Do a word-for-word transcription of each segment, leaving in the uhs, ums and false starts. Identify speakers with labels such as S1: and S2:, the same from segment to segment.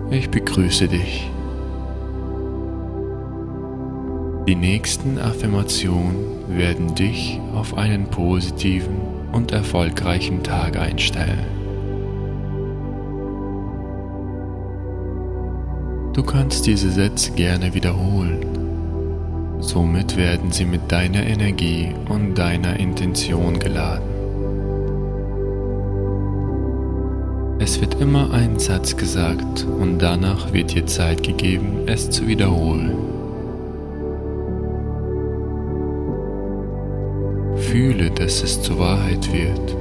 S1: Ich begrüße dich. Die nächsten Affirmationen werden dich auf einen positiven und erfolgreichen Tag einstellen. Du kannst diese Sätze gerne wiederholen. Somit werden sie mit deiner Energie und deiner Intention geladen. Es wird immer ein Satz gesagt und danach wird dir Zeit gegeben, es zu wiederholen. Fühle, dass es zur Wahrheit wird.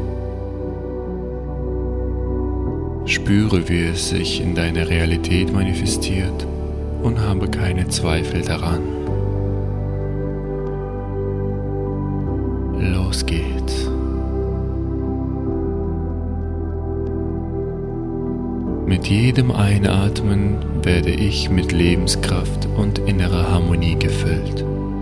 S1: Spüre, wie es sich in deiner Realität manifestiert und habe keine Zweifel daran. Los geht's. Mit jedem Einatmen werde ich mit Lebenskraft und innerer Harmonie gefüllt.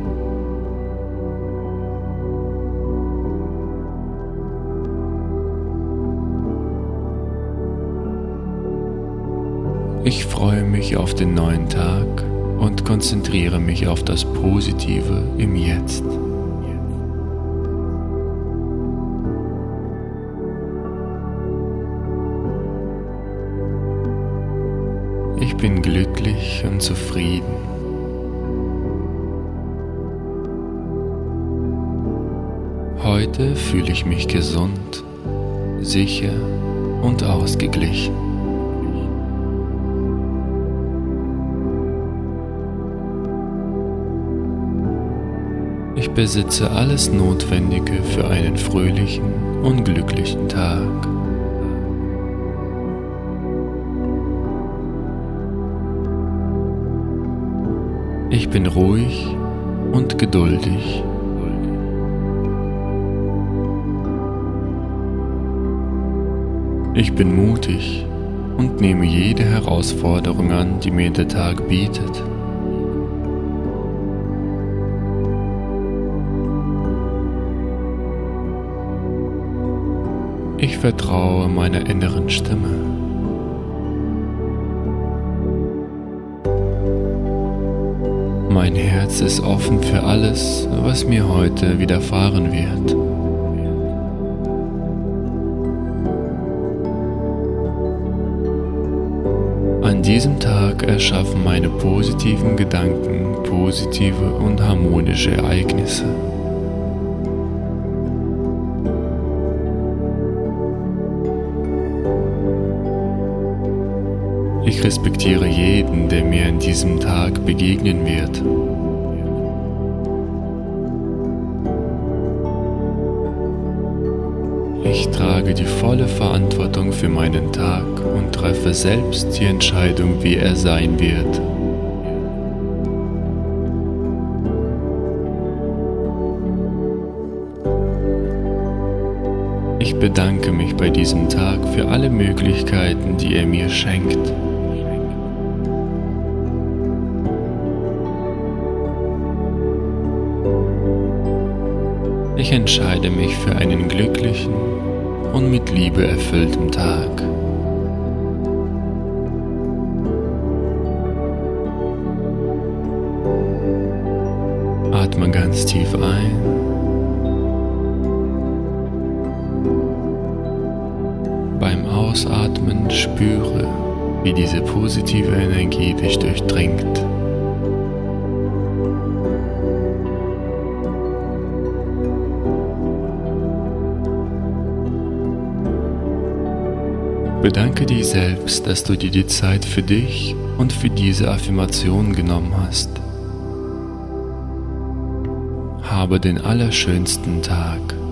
S1: Ich freue mich auf den neuen Tag und konzentriere mich auf das Positive im Jetzt. Ich bin glücklich und zufrieden. Heute fühle ich mich gesund, sicher und ausgeglichen. Ich besitze alles Notwendige für einen fröhlichen und glücklichen Tag. Ich bin ruhig und geduldig. Ich bin mutig und nehme jede Herausforderung an, die mir der Tag bietet. Ich vertraue meiner inneren Stimme. Mein Herz ist offen für alles, was mir heute widerfahren wird. An diesem Tag erschaffen meine positiven Gedanken positive und harmonische Ereignisse. Ich respektiere jeden, der mir an diesem Tag begegnen wird. Ich trage die volle Verantwortung für meinen Tag und treffe selbst die Entscheidung, wie er sein wird. Ich bedanke mich bei diesem Tag für alle Möglichkeiten, die er mir schenkt. Ich entscheide mich für einen glücklichen und mit Liebe erfüllten Tag. Atme ganz tief ein Beim Ausatmen spüre, wie diese positive Energie dich durchdringt. Bedanke dich selbst, dass du dir die Zeit für dich und für diese Affirmation genommen hast. Habe den allerschönsten Tag.